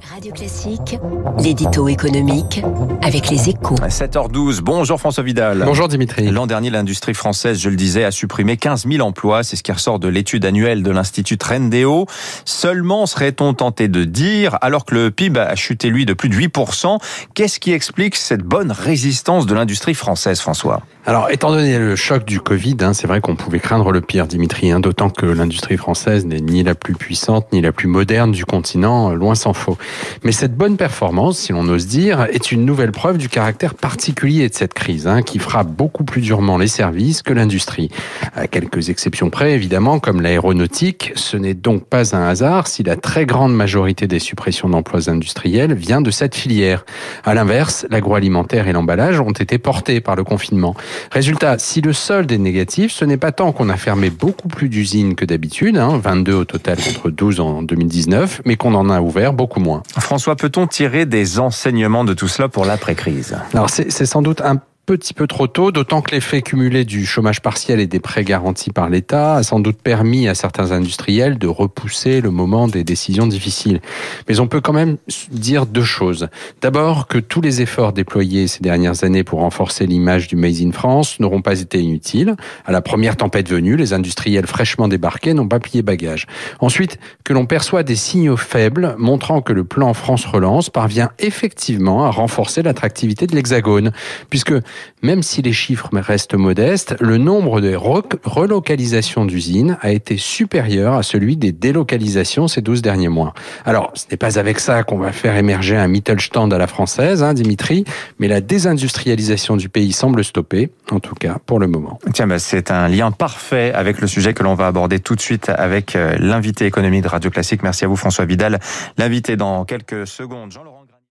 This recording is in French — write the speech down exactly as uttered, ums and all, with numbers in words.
Radio Classique, l'édito économique avec les Échos. sept heures douze, bonjour François Vidal. Bonjour Dimitri. L'an dernier, l'industrie française, je le disais, a supprimé quinze mille emplois. C'est ce qui ressort de l'étude annuelle de l'Institut Trendéo. Seulement, serait-on tenté de dire, alors que le P I B a chuté, lui, de plus de huit pour cent, qu'est-ce qui explique cette bonne résistance de l'industrie française, François ? Alors, étant donné le choc du Covid, hein, c'est vrai qu'on pouvait craindre le pire, Dimitri, hein, d'autant que l'industrie française n'est ni la plus puissante, ni la plus moderne du continent, loin s'en faut. Mais cette bonne performance, si l'on ose dire, est une nouvelle preuve du caractère particulier de cette crise, hein, qui frappe beaucoup plus durement les services que l'industrie. À quelques exceptions près, évidemment, comme l'aéronautique, ce n'est donc pas un hasard si la très grande majorité des suppressions d'emplois industriels vient de cette filière. À l'inverse, l'agroalimentaire et l'emballage ont été portés par le confinement. Résultat, si le solde est négatif, ce n'est pas tant qu'on a fermé beaucoup plus d'usines que d'habitude, hein, vingt-deux au total contre douze en deux mille dix-neuf, mais qu'on en a ouvert beaucoup moins. François, peut-on tirer des enseignements de tout cela pour l'après-crise ? Alors c'est, c'est sans doute un petit peu trop tôt, d'autant que l'effet cumulé du chômage partiel et des prêts garantis par l'État a sans doute permis à certains industriels de repousser le moment des décisions difficiles. Mais on peut quand même dire deux choses. D'abord, que tous les efforts déployés ces dernières années pour renforcer l'image du Made in France n'auront pas été inutiles. À la première tempête venue, les industriels fraîchement débarqués n'ont pas plié bagage. Ensuite, que l'on perçoit des signaux faibles montrant que le plan France Relance parvient effectivement à renforcer l'attractivité de l'Hexagone, puisque même si les chiffres restent modestes, le nombre de re- relocalisations d'usines a été supérieur à celui des délocalisations ces douze derniers mois. Alors, ce n'est pas avec ça qu'on va faire émerger un Mittelstand à la française, hein, Dimitri, mais la désindustrialisation du pays semble stopper, en tout cas pour le moment. Tiens, bah, c'est un lien parfait avec le sujet que l'on va aborder tout de suite avec l'invité économique de Radio Classique. Merci à vous François Vidal. L'invité dans quelques secondes, Jean-Laurent